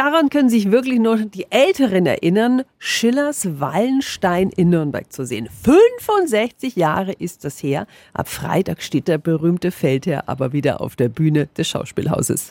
daran können sich wirklich nur die Älteren erinnern, Schillers Wallenstein in Nürnberg zu sehen. 65 Jahre ist das her. Ab Freitag steht der berühmte Feldherr aber wieder auf der Bühne des Schauspielhauses.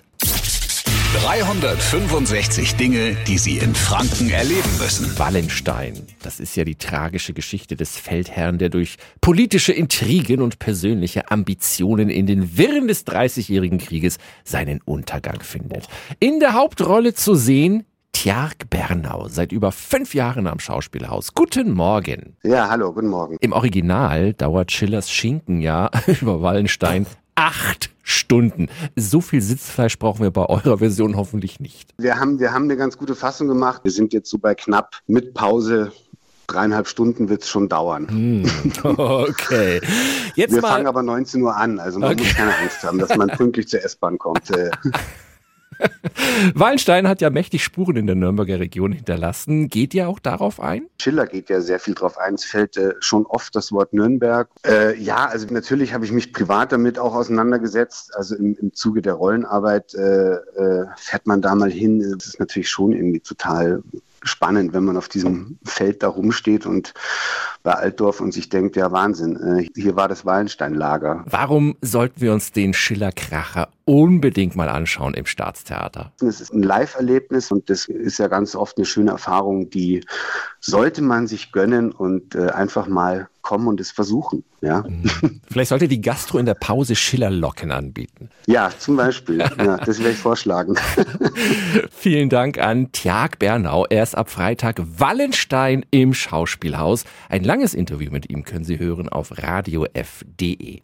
365 Dinge, die Sie in Franken erleben müssen. Wallenstein, das ist ja die tragische Geschichte des Feldherrn, der durch politische Intrigen und persönliche Ambitionen in den Wirren des 30-jährigen Krieges seinen Untergang findet. In der Hauptrolle zu sehen Tjark Bernau, seit über 5 Jahren am Schauspielhaus. Guten Morgen. Ja, hallo, guten Morgen. Im Original dauert Schillers Schinken ja über Wallenstein 8 Stunden. So viel Sitzfleisch brauchen wir bei eurer Version hoffentlich nicht. Wir haben eine ganz gute Fassung gemacht. Wir sind jetzt so bei knapp mit Pause 3,5 Stunden wird es schon dauern. Okay. Wir fangen aber 19 Uhr an, also man muss keine Angst haben, dass man pünktlich zur S-Bahn kommt. Wallenstein hat ja mächtig Spuren in der Nürnberger Region hinterlassen. Geht ihr auch darauf ein? Schiller geht ja sehr viel drauf ein. Es fällt schon oft das Wort Nürnberg. Ja, also natürlich habe ich mich privat damit auch auseinandergesetzt. Also im Zuge der Rollenarbeit fährt man da mal hin. Das ist natürlich schon irgendwie total spannend, wenn man auf diesem Feld da rumsteht und bei Altdorf und sich denkt, ja Wahnsinn, hier war das Wallenstein-Lager. Warum sollten wir uns den Schiller-Kracher unbedingt mal anschauen im Staatstheater? Es ist ein Live-Erlebnis und das ist ja ganz oft eine schöne Erfahrung, die sollte man sich gönnen und einfach mal kommen und es versuchen. Ja. Vielleicht sollte die Gastro in der Pause Schiller-Locken anbieten. Ja, zum Beispiel. Ja, das werde ich vorschlagen. Vielen Dank an Tjark Bernau. Er ist ab Freitag Wallenstein im Schauspielhaus. Ein langes Interview mit ihm können Sie hören auf radiof.de.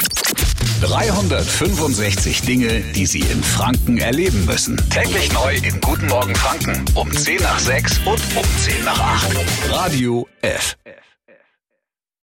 365 Dinge, die Sie in Franken erleben müssen. Täglich neu in Guten Morgen Franken um 5:50 und um 6:50. Radio F.